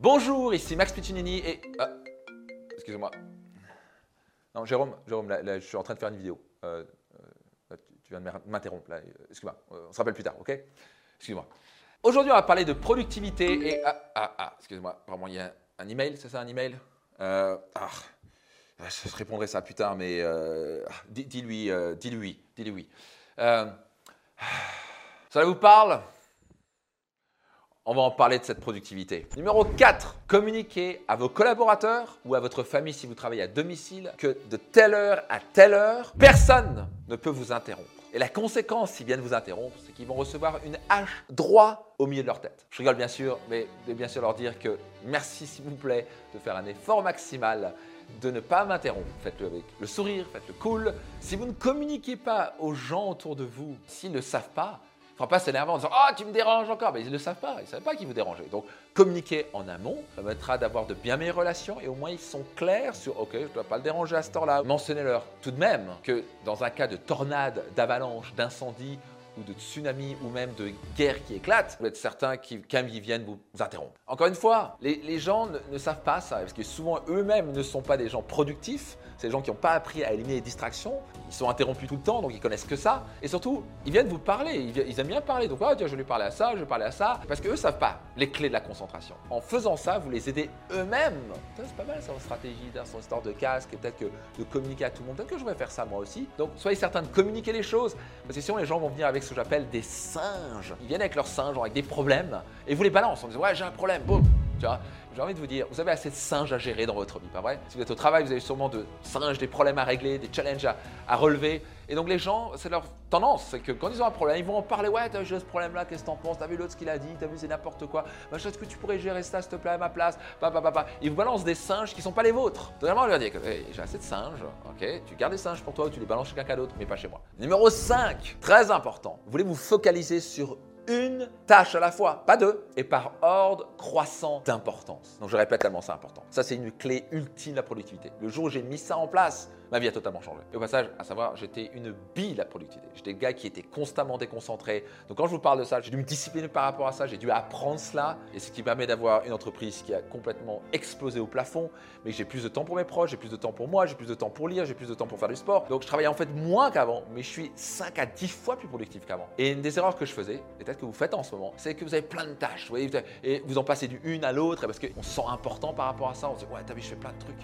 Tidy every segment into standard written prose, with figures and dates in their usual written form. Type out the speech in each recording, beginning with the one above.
Bonjour, ici Max Piccinini et... excusez-moi. Non, Jérôme, là, je suis en train de faire une vidéo. Tu viens de m'interrompre, là. Excuse-moi, on se rappelle plus tard, ok? Excuse-moi. Aujourd'hui, on va parler de productivité et... excusez-moi, vraiment, il y a un email, c'est ça, un email? Je répondrai ça plus tard, mais... dis-lui oui. Ça vous parle? On va en parler de cette productivité. Numéro 4, communiquez à vos collaborateurs ou à votre famille si vous travaillez à domicile que de telle heure à telle heure, personne ne peut vous interrompre. Et la conséquence s'ils viennent vous interrompre, c'est qu'ils vont recevoir une hache droit au milieu de leur tête. Je rigole bien sûr, mais bien sûr leur dire que merci s'il vous plaît de faire un effort maximal de ne pas m'interrompre. Faites-le avec le sourire, faites-le cool. Si vous ne communiquez pas aux gens autour de vous, s'ils ne le savent pas, il ne faudra pas s'énerver en disant « Ah, tu me déranges encore !» Mais ils ne le savent pas, ils ne savent pas qu'ils vous dérangez. Donc, communiquer en amont permettra d'avoir de bien meilleures relations et au moins ils sont clairs sur « Ok, je ne dois pas le déranger à cette heure-là ». Mentionnez-leur tout de même que dans un cas de tornade, d'avalanche, d'incendie ou de tsunami ou même de guerre qui éclate, vous êtes certain qu'ils viennent vous interrompre. Encore une fois, les gens ne savent pas ça parce que souvent eux-mêmes ne sont pas des gens productifs. C'est des gens qui n'ont pas appris à éliminer les distractions. Ils sont interrompus tout le temps, donc ils connaissent que ça. Et surtout, ils viennent vous parler. Ils aiment bien parler. Donc, tiens, je vais lui parler à ça, je vais parler à ça. Parce qu'eux ne savent pas les clés de la concentration. En faisant ça, vous les aidez eux-mêmes. C'est pas mal, ça, en stratégie, dans son histoire de casque, et peut-être que de communiquer à tout le monde. Peut-être que je vais faire ça moi aussi. Donc, soyez certains de communiquer les choses. Parce que sinon, les gens vont venir avec ce que j'appelle des singes. Ils viennent avec leurs singes, avec des problèmes. Et vous les balancez en disant, ouais, j'ai un problème, boum. Tu vois, j'ai envie de vous dire, vous avez assez de singes à gérer dans votre vie, pas vrai? Si vous êtes au travail, vous avez sûrement de singes, des problèmes à régler, des challenges à relever. Et donc les gens, c'est leur tendance, c'est que quand ils ont un problème, ils vont en parler. Ouais, t'as vu ce problème-là, qu'est-ce que t'en penses? T'as vu l'autre ce qu'il a dit? T'as vu c'est n'importe quoi? Est-ce que tu pourrais gérer ça, s'il te plaît, à ma place? Ils vous balancent des singes qui ne sont pas les vôtres. Totalement, on leur dit, hey, j'ai assez de singes, ok? Tu gardes les singes pour toi ou tu les balances chez quelqu'un d'autre, mais pas chez moi. Numéro 5, très important, voulez vous focaliser sur une tâche à la fois, pas deux, et par ordre croissant d'importance. Donc je répète tellement c'est important. Ça, c'est une clé ultime de la productivité. Le jour où j'ai mis ça en place, ma vie a totalement changé. Et au passage, à savoir, j'étais une bille de la productivité. J'étais le gars qui était constamment déconcentré. Donc quand je vous parle de ça, j'ai dû me discipliner par rapport à ça, j'ai dû apprendre cela. Et ce qui permet d'avoir une entreprise qui a complètement explosé au plafond, mais j'ai plus de temps pour mes proches, j'ai plus de temps pour moi, j'ai plus de temps pour lire, j'ai plus de temps pour faire du sport. Donc je travaillais en fait moins qu'avant, mais je suis 5 à 10 fois plus productif qu'avant. Et une des erreurs que je faisais, et peut-être que vous faites en ce moment, c'est que vous avez plein de tâches, vous voyez, et vous en passez d'une à l'autre, parce qu'on se sent important par rapport à ça. On se dit, ouais, t'as vu, je fais plein de trucs.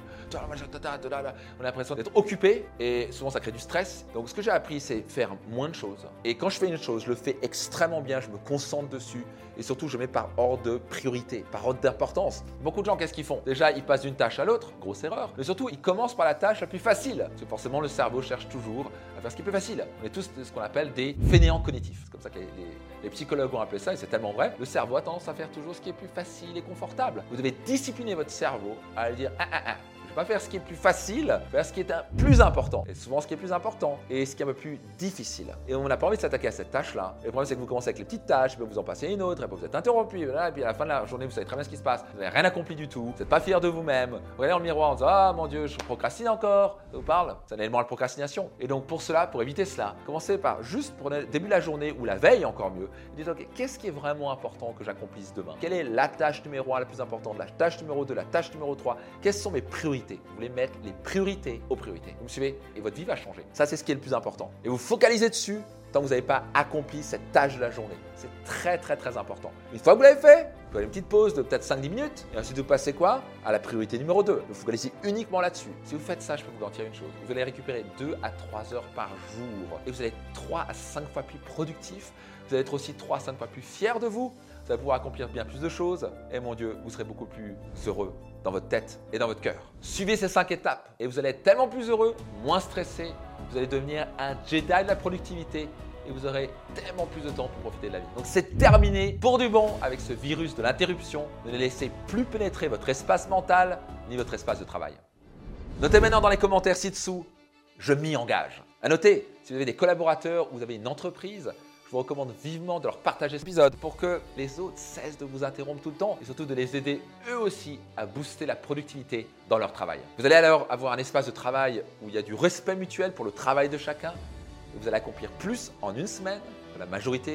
On a l'impression d'être occupé et souvent ça crée du stress. Donc ce que j'ai appris, c'est faire moins de choses. Et quand je fais une chose, je le fais extrêmement bien, je me concentre dessus et surtout je mets par ordre de priorité, par ordre d'importance. Beaucoup de gens, qu'est-ce qu'ils font? Déjà, ils passent d'une tâche à l'autre, grosse erreur, mais surtout ils commencent par la tâche la plus facile. Parce que forcément, le cerveau cherche toujours à faire ce qui est plus facile. On est tous ce qu'on appelle des fainéants cognitifs. C'est comme ça que les psychologues ont appelé ça et c'est tellement vrai. Le cerveau a tendance à faire toujours ce qui est plus facile et confortable. Vous devez discipliner votre cerveau à dire je ne vais pas faire ce qui est plus facile, faire ce qui est plus important. Et souvent ce qui est plus important et ce qui est un peu plus difficile. Et on n'a pas envie de s'attaquer à cette tâche-là. Et le problème c'est que vous commencez avec les petites tâches, puis vous en passez une autre, et puis vous êtes interrompu, et puis à la fin de la journée vous savez très bien ce qui se passe. Vous n'avez rien accompli du tout, vous n'êtes pas fier de vous-même. Vous regardez dans le miroir en disant ah mon Dieu, je procrastine encore. Ça vous parle? C'est un élément de la procrastination. Et donc pour cela, pour éviter cela, commencez par juste pour le début de la journée ou la veille encore mieux, dites ok, qu'est-ce qui est vraiment important que j'accomplisse demain? Quelle est la tâche numéro 1 la plus importante, la tâche numéro 2, la tâche numéro 3? Quelles sont mes priorités? Vous voulez mettre les priorités aux priorités. Vous me suivez? Et votre vie va changer. Ça, c'est ce qui est le plus important. Et vous focalisez dessus tant que vous n'avez pas accompli cette tâche de la journée. C'est très, très, très important. Une fois que vous l'avez fait, vous faites une petite pause de peut-être 5-10 minutes. Et ensuite, vous passez quoi? À la priorité numéro 2. Vous focalisez uniquement là-dessus. Si vous faites ça, je peux vous garantir une chose. Vous allez récupérer 2 à 3 heures par jour. Et vous allez être 3 à 5 fois plus productif. Vous allez être aussi 3 à 5 fois plus fier de vous. Vous allez pouvoir accomplir bien plus de choses. Et mon Dieu, vous serez beaucoup plus heureux dans votre tête et dans votre cœur. Suivez ces 5 étapes et vous allez être tellement plus heureux, moins stressé. Vous allez devenir un Jedi de la productivité et vous aurez tellement plus de temps pour profiter de la vie. Donc c'est terminé pour du bon avec ce virus de l'interruption. Ne laissez plus pénétrer votre espace mental ni votre espace de travail. Notez maintenant dans les commentaires ci-dessous, je m'y engage. À noter, si vous avez des collaborateurs ou vous avez une entreprise, je vous recommande vivement de leur partager cet épisode pour que les autres cessent de vous interrompre tout le temps et surtout de les aider eux aussi à booster la productivité dans leur travail. Vous allez alors avoir un espace de travail où il y a du respect mutuel pour le travail de chacun et vous allez accomplir plus en une semaine que la majorité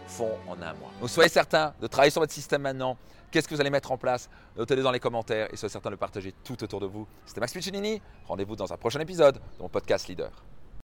font en un mois. Donc soyez certains de travailler sur votre système maintenant. Qu'est-ce que vous allez mettre en place? Notez-le dans les commentaires et soyez certains de le partager tout autour de vous. C'était Max Piccinini. Rendez-vous dans un prochain épisode de mon podcast Leader.